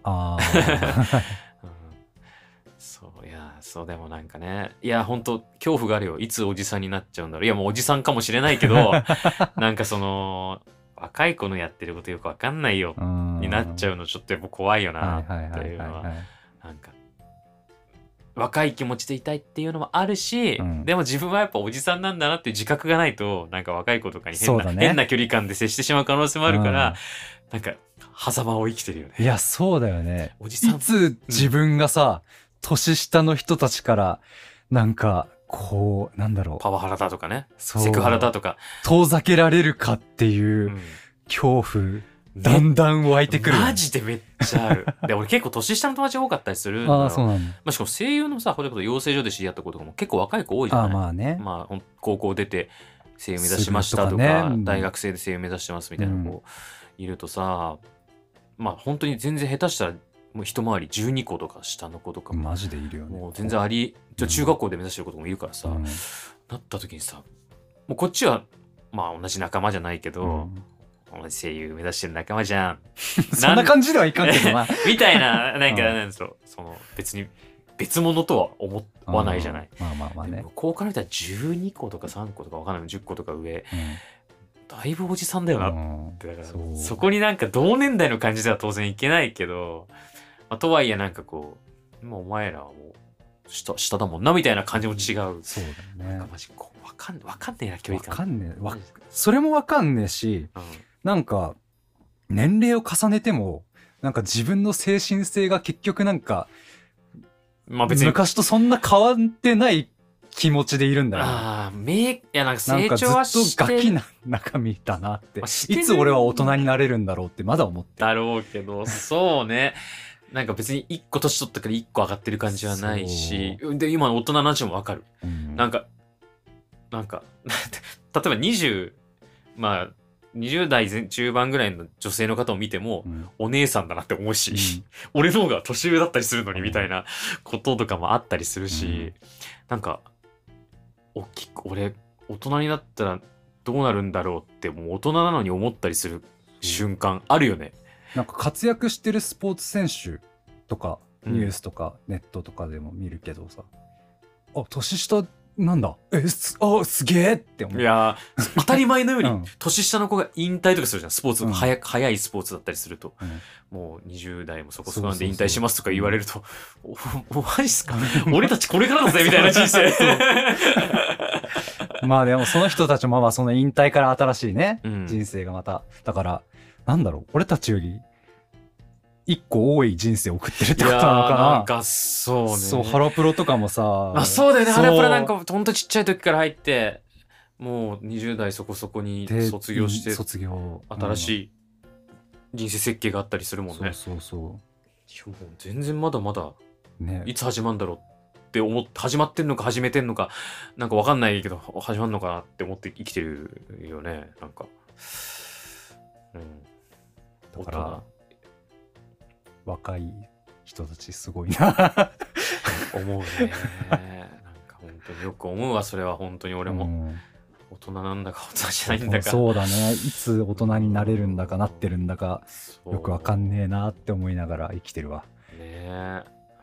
A: そう、いや、そうでもなんかね、いや、ほんと恐怖があるよ。いつおじさんになっちゃうんだろう。いや、もうおじさんかもしれないけど、なんかその、若い子のやってることよくわかんないよになっちゃうのちょっとやっぱ怖いよなっていうのは、なんか、若い気持ちでいたいっていうのもあるし、でも自分はやっぱおじさんなんだなっていう自覚がないと、なんか若い子とかに変な距離感で接してしまう可能性もあるから、なんか、狭間を生きてるよね。
B: いや、そうだよね。
A: おじさん。
B: いつ自分がさ、年下の人たちから、なんか、こう、なんだろう。
A: パワハラだとかね。セクハラだとか。
B: 遠ざけられるかっていう恐怖、だんだん湧いてくる。
A: マジでめっちゃある。で、俺結構年下の友達多かったりするんだよ。
B: ああ、そうなんだ。
A: まあ、しかも声優のさ、これこそ養成所で知り合った子とかも結構若い子多いじゃない。
B: まあね。
A: まあ、高校出て声優目指しましたとか、大学生で声優目指してますみたいな子いるとさ、まあ本当に全然下手したら、もう一回り12個とか下の子とか
B: マジでいるよね。
A: もう全然中学校で目指してる子とかもいるからさ、なった時にさ、もうこっちはまあ同じ仲間じゃないけど、同じ声優目指してる仲間じゃん。
B: そんな感じではいかんけどな。
A: みたいな、なんかなんですよ。その別に別物とは思わないじゃない。
B: まあね。
A: こうから見たら12個とか3個とかわかんないの10個とか上。だいぶおじさんだよなって。だからそこになんか同年代の感じでは当然いけないけど、まあ、とはいえなんかこう、もうお前らはもう下だもんなみたいな感じも違う。
B: そうだよね。
A: なんかマジこうわかんねえな距離感。
B: わかんねえ。それもわかんねえし、なんか年齢を重ねてもなんか自分の精神性が結局なんか、まあ別に昔とそんな変わってない気持ちでいるんだよ。
A: いやなんか成長はして
B: ずっとガキな中身だなって、いつ俺は大人になれるんだろうってまだ思って
A: だろうけど、そうね。なんか別に1個年取ったから1個上がってる感じはないし、で今の大人の話もわかる。なんか例えばまあ20代中盤ぐらいの女性の方を見ても、お姉さんだなって思うし、俺の方が年上だったりするのにみたいなこととかもあったりするし、なんか俺大人になったらどうなるんだろうってもう大人なのに思ったりする瞬間あるよね。なんか
B: 活躍してるスポーツ選手とかニュースとかネットとかでも見るけどさ、年下なんだすげえって思う。
A: いや当たり前のように年下の子が引退とかするじゃん。スポーツ、早いスポーツだったりすると、もう20代もそこそこなんで引退しますとか言われると、マジっすか俺たちこれからだぜみたいな人生
B: まあでもその人たちもまあその引退から新しいね、人生がまただからなんだろう、俺たちより一個多い人生を送ってるってことなのかな。
A: なんかそうね。
B: そう、ハロプロとかもさ。
A: そうだよね。ハロプロなんかほんとちっちゃい時から入って、もう20代そこそこに卒業して、新しい人生設計があったりするもんね。
B: そう。い
A: やもう全然まだまだ、
B: ね、
A: いつ始まるんだろうって思って、始まってんのか始めてんのか、なんかわかんないけど、始まるのかなって思って生きてるよね。なんか。
B: だから若い人たちすごいな
A: 思うね。なんか本当によく思うわ。それは本当に俺も、大人なんだか大人じゃないんだか。
B: そうだね。いつ大人になれるんだかなってるんだかよくわかんねえなって思いながら生きてるわ。
A: なん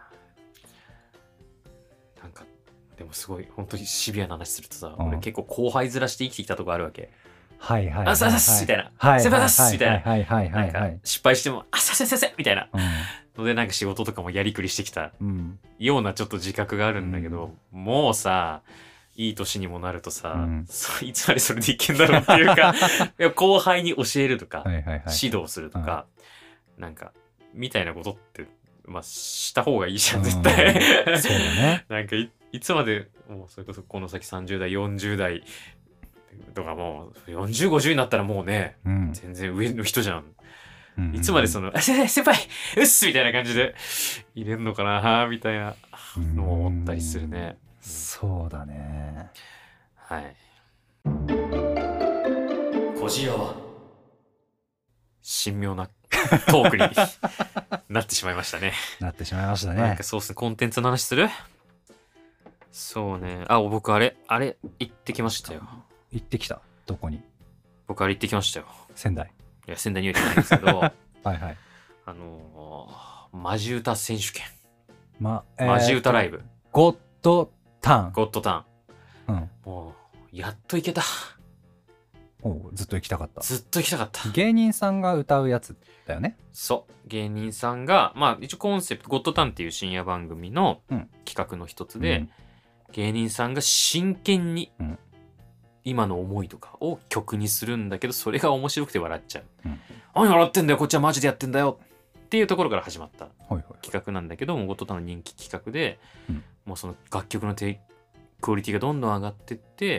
A: かでもすごい本当にシビアな話するとさ、俺結構後輩面して生きてきたとこあるわけ。
B: はいはい。
A: あささすみたいな。先輩ですみたいな。なんか失敗してもあさせせせみたいな。のでなんか仕事とかもやりくりしてきたようなちょっと自覚があるんだけど、もうさいい年にもなるとさ、いつまでそれでいけんだろうっていうか後輩に教えるとか指導するとかなんかみたいなことってまあした方がいいじゃん絶対、
B: そうだね。
A: なんかいつまでもうそれこそこの先30代40代とかもう4050になったらもうね、全然上の人じゃん。いつまでその先輩うっすみたいな感じで入れんのかなみたいなのを思ったりするね。
B: そうだね。
A: はい。小次郎神妙なトークになってしまいましたね。
B: なってしまいましたね。
A: なんかそうっすね、コンテンツの話する？そうね。あ、僕あれ行ってきましたよ。
B: 行ってきた？どこに？
A: 僕あれ行ってきましたよ。
B: 仙台。
A: いや、仙台には行ってないんですけど、
B: はいはい。
A: マジ歌選手権。
B: マ
A: ジ歌ライブ。
B: ゴッドタン。
A: ゴッドタ
B: ン。うん。
A: もう、やっと行けた。
B: ずっと行きたかった。
A: ずっと行きたかった。
B: 芸人さんが歌うやつだよね。
A: そう。芸人さんが、まあ一応コンセプト、ゴッドタンっていう深夜番組の企画の一つで、芸人さんが真剣に今の思いとかを曲にするんだけど、それが面白くて笑っちゃう。何笑ってんだよ、こっちはマジでやってんだよっていうところから始まった企画なんだけども、ゴッドタンの人気企画で、もうその楽曲のクオリティがどんどん上がってって、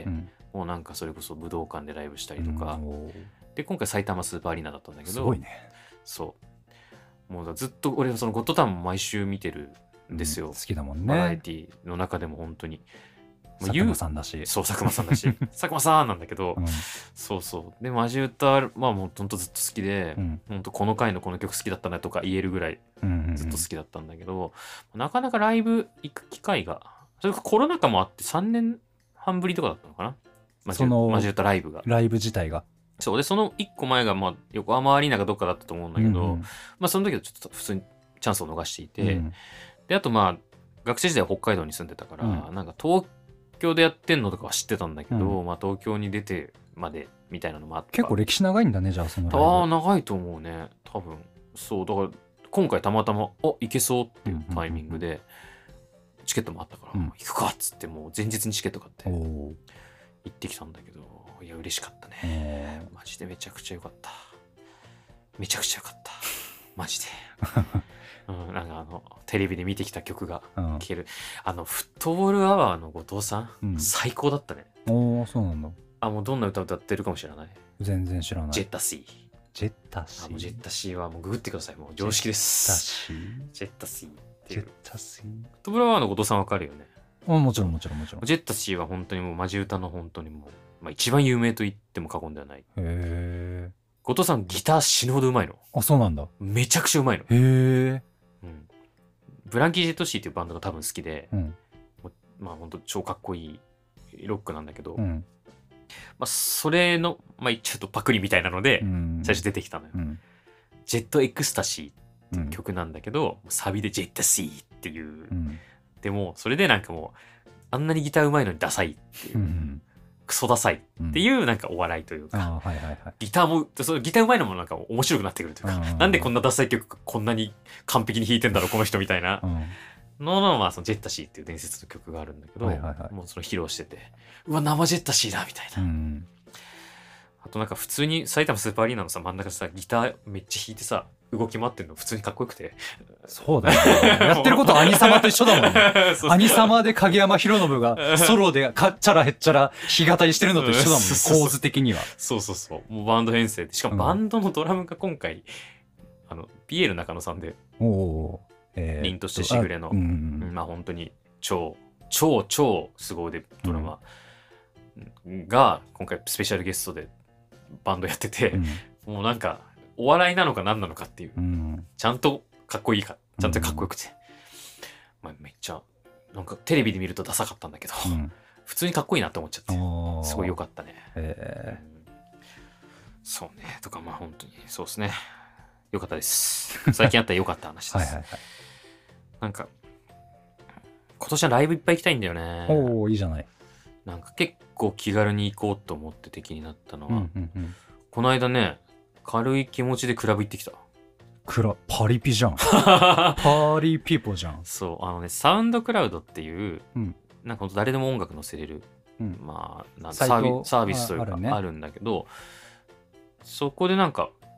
A: もうなんかそれこそ武道館でライブしたりとか、で今回埼玉スーパーアリーナだったんだけど、
B: すごいね。
A: そうもうずっと俺はそのゴッドタンも毎週見てるんですよ。
B: 好きだもんね。
A: バラエティの中でも本当に
B: 佐久間さんだし。
A: そう佐久間さんだし佐久間さんなんだけど、そうそうでマジ歌まあもうほんとずっと好きで、ほんとこの回のこの曲好きだったねとか言えるぐらいずっと好きだったんだけど、なかなかライブ行く機会が、それからコロナ禍もあって3年半ぶりとかだったのかな、マジ歌ライブが。
B: ライブ自体が。
A: そうで、その1個前が、まあ、横浜アリーナかどっかだったと思うんだけど、まあ、その時はちょっと普通にチャンスを逃していて、で、あとまあ、学生時代は北海道に住んでたから、なんか東京でやってんのとかは知ってたんだけど、まあ、東京に出てまでみたいなのもあって。
B: 結構歴史長いんだね、じゃあそのライブ。
A: ああ、長いと思うね、多分。そう、だから、今回たまたま、行けそうっていうタイミングで、チケットもあったから、行くかっつって、もう前日にチケット買って、行ってきたんだけど、いや嬉しかったね。マジでめちゃくちゃ良かった。めちゃくちゃ良かった。マジで。なんかテレビで見てきた曲が聴ける。フットボールアワーの後藤さん、最高だったね。
B: そうなんだ。
A: もうどんな歌歌ってるかもしれない。
B: 全然知らない。
A: ジェッタシー。
B: ジェッタシー。
A: ジェッタシーはもうググってください。もう常識です。ジェッタシー。
B: ジェッタシー。フッ
A: トボールアワーの後藤さんわかるよね。
B: もちろんもちろん。
A: ジェッタシーは本当にもうマジ歌の本当にもう、まあ、一番有名と言っても過言ではない。後藤さんギター死ぬほどうまいの。
B: あ、そうなんだ。
A: めちゃくちゃうまいの。ブランキー・ジェットシーっていうバンドが多分好きで、まあ本当超かっこいいロックなんだけど、まあそれの、まあちょっとパクリみたいなので、最初出てきたのよ。ジェット・エクスタシーっていう曲なんだけど、サビでジェッタシーっていう、でもそれでなんかもうあんなにギターうまいのにダサいっていう、クソダサいっていうなんかお笑いというか、ギターもそのギターうまいのもなんか面白くなってくるというか、なんでこんなダサい曲こんなに完璧に弾いてんだろうこの人みたいなのまあそのジェッタシーっていう伝説の曲があるんだけど、もうその披露してて、うわ生ジェッタシーだみたいな。あとなんか普通に埼玉スーパーアリーナのさ真ん中でさギターめっちゃ弾いてさ動き回ってんの普通にかっこよくて。
B: そうだよ、ね。やってること兄様と一緒だもんね。兄様で影山博信がソロでかっちゃらへっちゃら弾き語りしてるのと一緒だもんね。構図的には。
A: そうそうそう。もうバンド編成で。しかもバンドのドラムが今回、ピエール中野さんで。凛としてしぐれの。まあ本当に超凄腕ドラマが今回スペシャルゲストでバンドやってて、もうなんかお笑いなのか何なのかっていう、ちゃんとかっこいいかちゃんとかっこよくて、まあ、めっちゃなんかテレビで見るとダサかったんだけど、普通にかっこいいなって思っちゃってすごい良かったね。そうねとかまあ本当にそうですね、良かったです。最近あった良かった話です。なんか今年はライブいっぱい行きたいんだよね。
B: いいじゃない。
A: なんか結構気軽に行こうと思って敵になったのは、この間ね軽い気持ちでクラブ行ってきた。
B: パリピじゃん。パリピポじゃん。
A: そうサウンドクラウドっていう、なんかほんと誰でも音楽載せれる、まあサービスというかあるんだけど、そこでなんか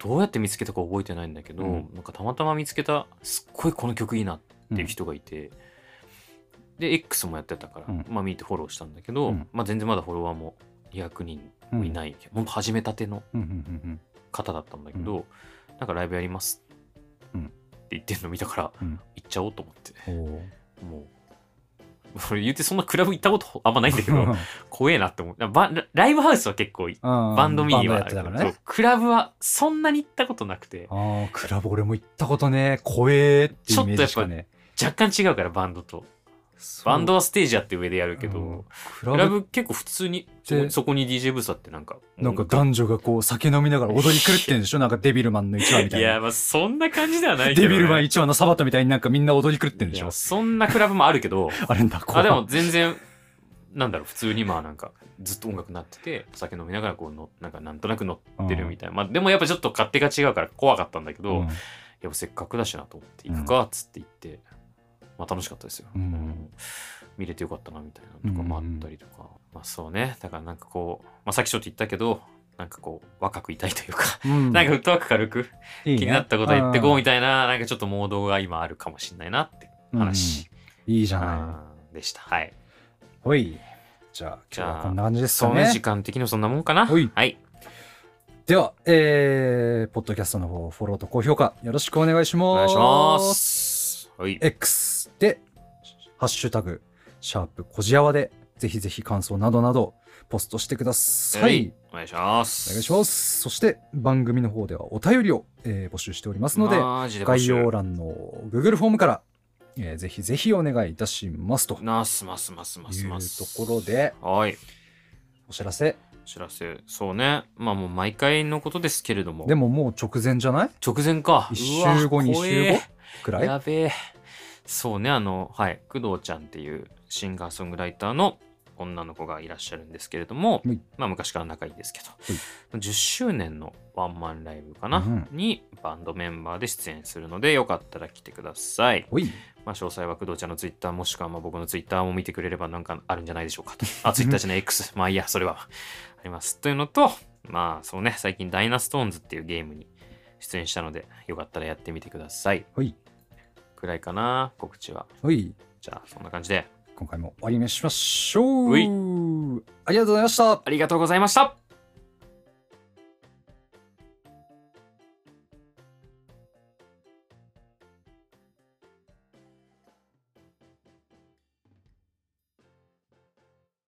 A: どうやって見つけたか覚えてないんだけど、なんかたまたま見つけたすっごいこの曲いいなっていう人がいて、で X もやってたから、まあ見てフォローしたんだけど、まあ全然まだフォロワーも200人もいない、ほんと始めたての方だったんだけど、なんかライブやりますって言ってんの見たから、行っちゃおうと思って、もう俺言ってそんなクラブ行ったことあんまないんだけど怖えなって思う。ライブハウスは結構バンド見にはあるけど、ね、クラブはそんなに行ったことなくて。
B: クラブ俺も行ったことね、怖えってイメージしかね。
A: ちょっとやっぱ若干違うからバンドと。バンドはステージあって上でやるけど、クラブ結構普通にそこに DJ ブースあってなんか
B: 男女がこう酒飲みながら踊り狂ってんでしょなんかデビルマンの1話みたいな。
A: いやまあそんな感じではないけど、ね、
B: デビルマン1話のサバトみたいになんかみんな踊り狂ってんでしょ。
A: そんなクラブもあるけど
B: あるんだ。
A: でも全然なんだろう、普通にまあなんかずっと音楽鳴ってて酒飲みながらこうなんとなく乗ってるみたいな、まあでもやっぱちょっと勝手が違うから怖かったんだけど、やっぱせっかくだしなと思って行くかっつって言って、まあ楽しかったですよ。見れてよかったなみたいなとかもあったりとか、まあそうね、だからなんかこう、まあさっきちょっと言ったけど、なんかこう若くいたいというか、なんかフットワーク軽く気になったこと言ってこうみたいな、なんかちょっとモードが今あるかもしれないなって話、
B: いいじゃない
A: でした。はい。
B: ほい。じゃあ今日はこんな感じですかね。そうね、
A: 時間的にはそんなもんかな。
B: はい。
A: はい。
B: では、ポッドキャストの方フォローと高評価よろしくお願いします。お願いします。はい。X でハッシュタグ#こじあわでぜひぜひ感想などなどポストしてください。
A: お願いします。
B: お願いします。そして番組の方ではお便りを、募集しておりますので、概要欄の Google フォームから、ぜひぜひお願いいたしますというところで、
A: はい、
B: お知らせ。
A: そうね、まあもう毎回のことですけれども、
B: でももう直前じゃない？
A: 直前か。
B: 1週後2週後くらい。
A: やべえ。そうね、はい、工藤ちゃんっていうシンガーソングライターの女の子がいらっしゃるんですけれども、まあ昔から仲いいですけど、10周年のワンマンライブかな、にバンドメンバーで出演するので、よかったら来てください。まあ詳細は工藤ちゃんのツイッターもしくはまあ僕のツイッターも見てくれればなんかあるんじゃないでしょうかと。ツイッターじゃない X。まあいいや、それはあります。というのと、まあそうね、最近ダイナストーンズっていうゲームに出演したので、よかったらやってみてください。くらいかな、告知は。じゃあそんな感じで。
B: 今回も終わりにしましょう。ありがとうございました。
A: ありがとうございました。